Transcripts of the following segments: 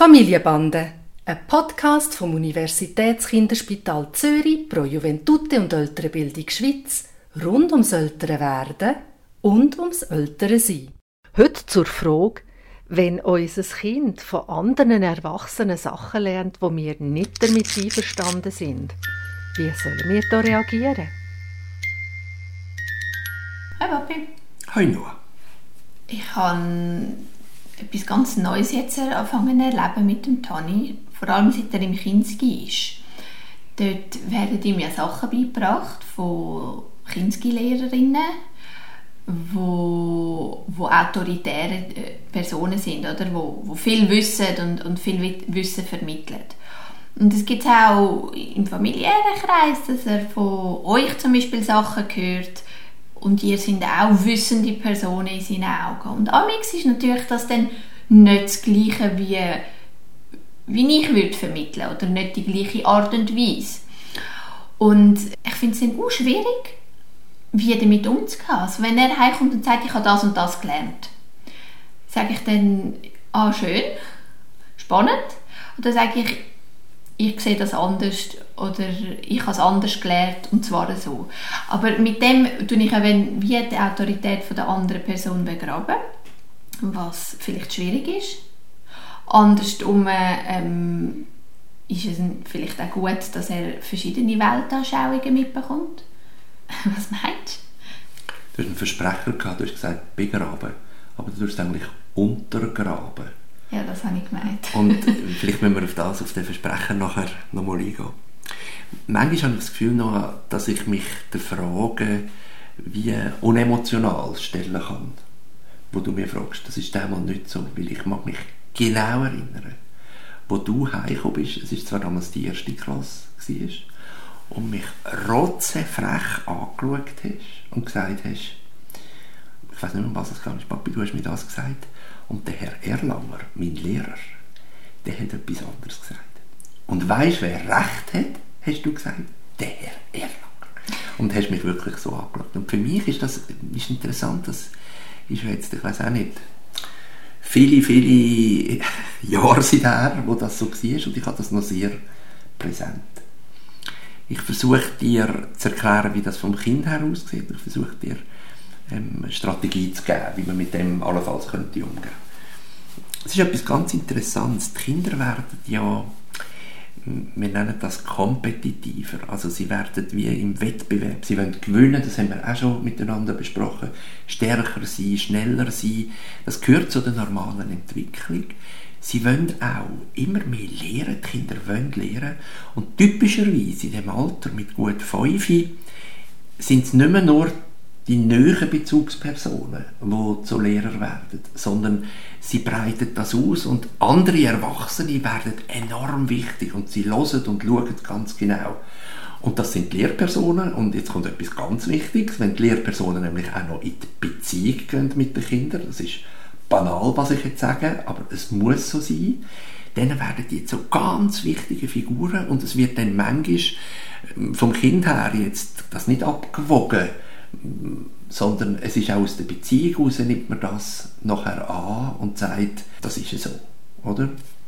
Familienbande, ein Podcast vom Universitätskinderspital Zürich pro Juventute und ältere Bildung Schweiz rund ums ältere Werden und ums ältere Sein. Heute zur Frage, wenn unser Kind von anderen Erwachsenen Sachen lernt, wo wir nicht damit einverstanden sind, wie sollen wir da reagieren? Hi Papi. Hi Noah. Ich habe etwas ganz Neues jetzt angefangen zu erleben mit dem Tani, vor allem seit er im Kinski ist. Dort werden ihm ja Sachen beigebracht von Kinski-Lehrerinnen, wo autoritäre Personen sind, oder? Wo viel wissen und viel Wissen vermitteln. Und es gibt auch im familiären Kreis, dass er von euch zum Beispiel Sachen hört, und ihr sind auch wissende Personen in seinen Augen. Und amigs ist natürlich das dann nicht das Gleiche, wie ich würde vermitteln oder nicht die gleiche Art und Weise. Und ich finde es dann auch schwierig, wie damit umzugehen. Also wenn er heimkommt und sagt, ich habe das und das gelernt, sage ich dann, schön, spannend. Oder sage ich sehe das anders oder ich habe es anders gelernt und zwar so. Aber mit dem tue ich auch wie die Autorität der anderen Person begraben, was vielleicht schwierig ist. Andersrum ist es vielleicht auch gut, dass er verschiedene Weltanschauungen mitbekommt. Was meinst du? Du hast einen Versprecher gehabt, du hast gesagt begraben, aber du hast eigentlich untergraben. Ja, das habe ich gemeint. Und vielleicht müssen wir auf den Versprecher nachher nochmal eingehen. Manchmal habe ich das Gefühl noch, dass ich mich der Frage wie unemotional stellen kann, wo du mir fragst. Das ist einmal nicht so, weil ich mag mich genau erinnern, wo du heimgekommen bist. Es war zwar damals die erste Klasse und mich rotzefrech angeschaut hast und gesagt hast, ich weiß nicht mehr, was es ist, Papi, du hast mir das gesagt. Und der Herr Erlanger, mein Lehrer, der hat etwas anderes gesagt. Und weisst, wer recht hat, hast du gesagt? Der Herr Erlanger. Und hast mich wirklich so angeschaut. Und für mich ist das interessant, das ist jetzt, ich weiß auch nicht, viele Jahre seither, wo das so war, und ich habe das noch sehr präsent. Ich versuche dir zu erklären, wie das vom Kind her aussieht. Ich versuche dir eine Strategie zu geben, wie man mit dem allenfalls umgehen könnte. Es ist etwas ganz Interessantes. Die Kinder werden ja, wir nennen das kompetitiver, also sie werden wie im Wettbewerb, sie wollen gewinnen, das haben wir auch schon miteinander besprochen, stärker sein, schneller sein, das gehört zu der normalen Entwicklung. Sie wollen auch immer mehr lernen, die Kinder wollen lernen, und typischerweise in dem Alter mit gut 5 sind es nicht mehr nur die nahen Bezugspersonen, die zu Lehrer werden, sondern sie breiten das aus und andere Erwachsene werden enorm wichtig und sie hören und schauen ganz genau. Und das sind die Lehrpersonen, und jetzt kommt etwas ganz Wichtiges, wenn die Lehrpersonen nämlich auch noch in die Beziehung gehen mit den Kindern, das ist banal, was ich jetzt sage, aber es muss so sein, dann werden die zu ganz wichtigen Figuren und es wird dann manchmal vom Kind her jetzt das nicht abgewogen, sondern es ist auch aus der Beziehung heraus, nimmt man das nachher an und sagt, das ist so, oder?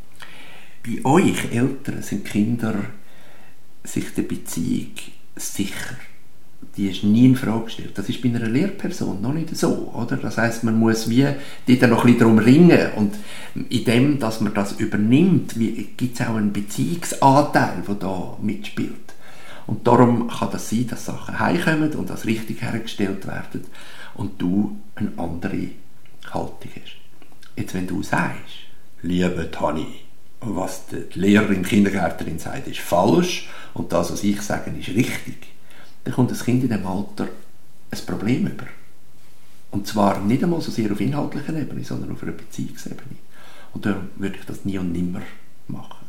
Bei euch Eltern sind Kinder sich der Beziehung sicher. Die ist nie in Frage gestellt. Das ist bei einer Lehrperson noch nicht so, oder? Das heisst, man muss wie dort noch ein bisschen darum ringen, und in dem, dass man das übernimmt, gibt es auch einen Beziehungsanteil, der da mitspielt. Und darum kann das sein, dass Sachen heimkommen und das richtig hergestellt werden und du eine andere Haltung hast. Jetzt, wenn du sagst, liebe Tani, was die Lehrerin, Kindergärtnerin sagt, ist falsch und das, was ich sage, ist richtig, dann kommt das Kind in diesem Alter ein Problem über. Und zwar nicht einmal so sehr auf inhaltlicher Ebene, sondern auf einer Beziehungsebene. Und darum würde ich das nie und nimmer machen.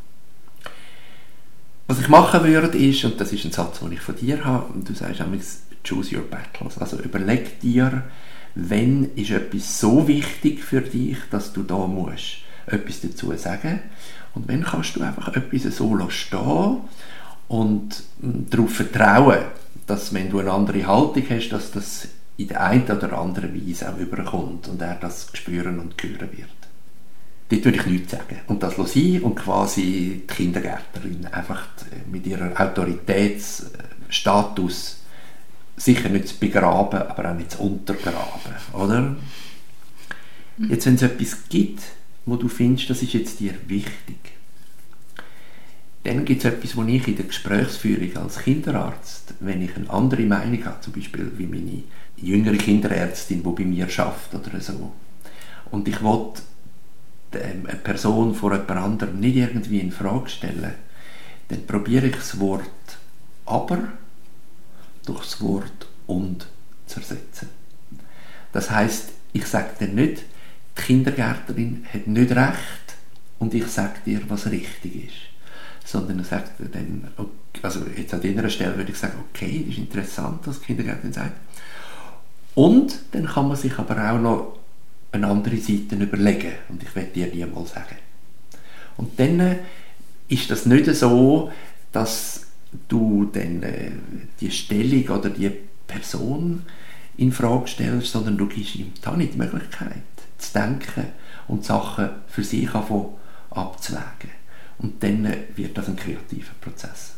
Was ich machen würde ist, und das ist ein Satz, den ich von dir habe, und du sagst auch, choose your battles. Also überleg dir, wenn ist etwas so wichtig für dich, dass du da musst etwas dazu sagen. Und wenn kannst du einfach etwas so stehen und darauf vertrauen, dass, wenn du eine andere Haltung hast, dass das in der einen oder anderen Weise auch überkommt und er das spüren und hören wird. dort würde ich nichts sagen. Und das sein und quasi die Kindergärtnerin einfach mit ihrer Autoritätsstatus sicher nicht zu begraben, aber auch nicht zu untergraben, oder? Jetzt, wenn es etwas gibt, wo du findest, das ist jetzt dir wichtig, dann gibt es etwas, wo ich in der Gesprächsführung als Kinderarzt, wenn ich eine andere Meinung habe, zum Beispiel wie meine jüngere Kinderärztin, die bei mir arbeitet oder so, und ich will eine Person vor jemand anderem nicht irgendwie in Frage stellen, dann probiere ich das Wort «aber» durch das Wort «und» zu ersetzen. Das heisst, ich sage dir nicht, die Kindergärtnerin hat nicht recht und ich sage dir, was richtig ist. Sondern ich sage dir dann, also jetzt an dieser Stelle würde ich sagen, okay, das ist interessant, was die Kindergärtnerin sagt. Und dann kann man sich aber auch noch eine andere Seite überlegen und ich werde dir die mal sagen. Und dann ist das nicht so, dass du dann die Stellung oder die Person in Frage stellst, sondern du gibst ihm da nicht die Möglichkeit zu denken und Sachen für sich abzuwägen. Und dann wird das ein kreativer Prozess.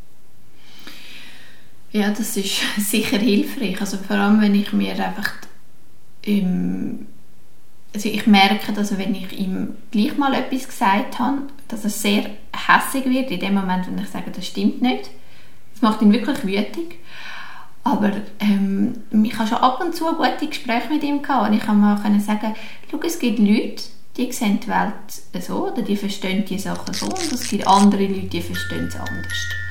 Ja, das ist sicher hilfreich. Also vor allem, wenn ich mir einfach also ich merke, dass wenn ich ihm gleich mal etwas gesagt habe, dass er sehr hässig wird, in dem Moment, wenn ich sage, das stimmt nicht. Das macht ihn wirklich wütend. Aber ich habe schon ab und zu gute Gespräche mit ihm gehabt und ich kann mal sagen, schau, es gibt Leute, die sehen die Welt so oder die verstehen die Sachen so und es gibt andere Leute, die verstehen es anders.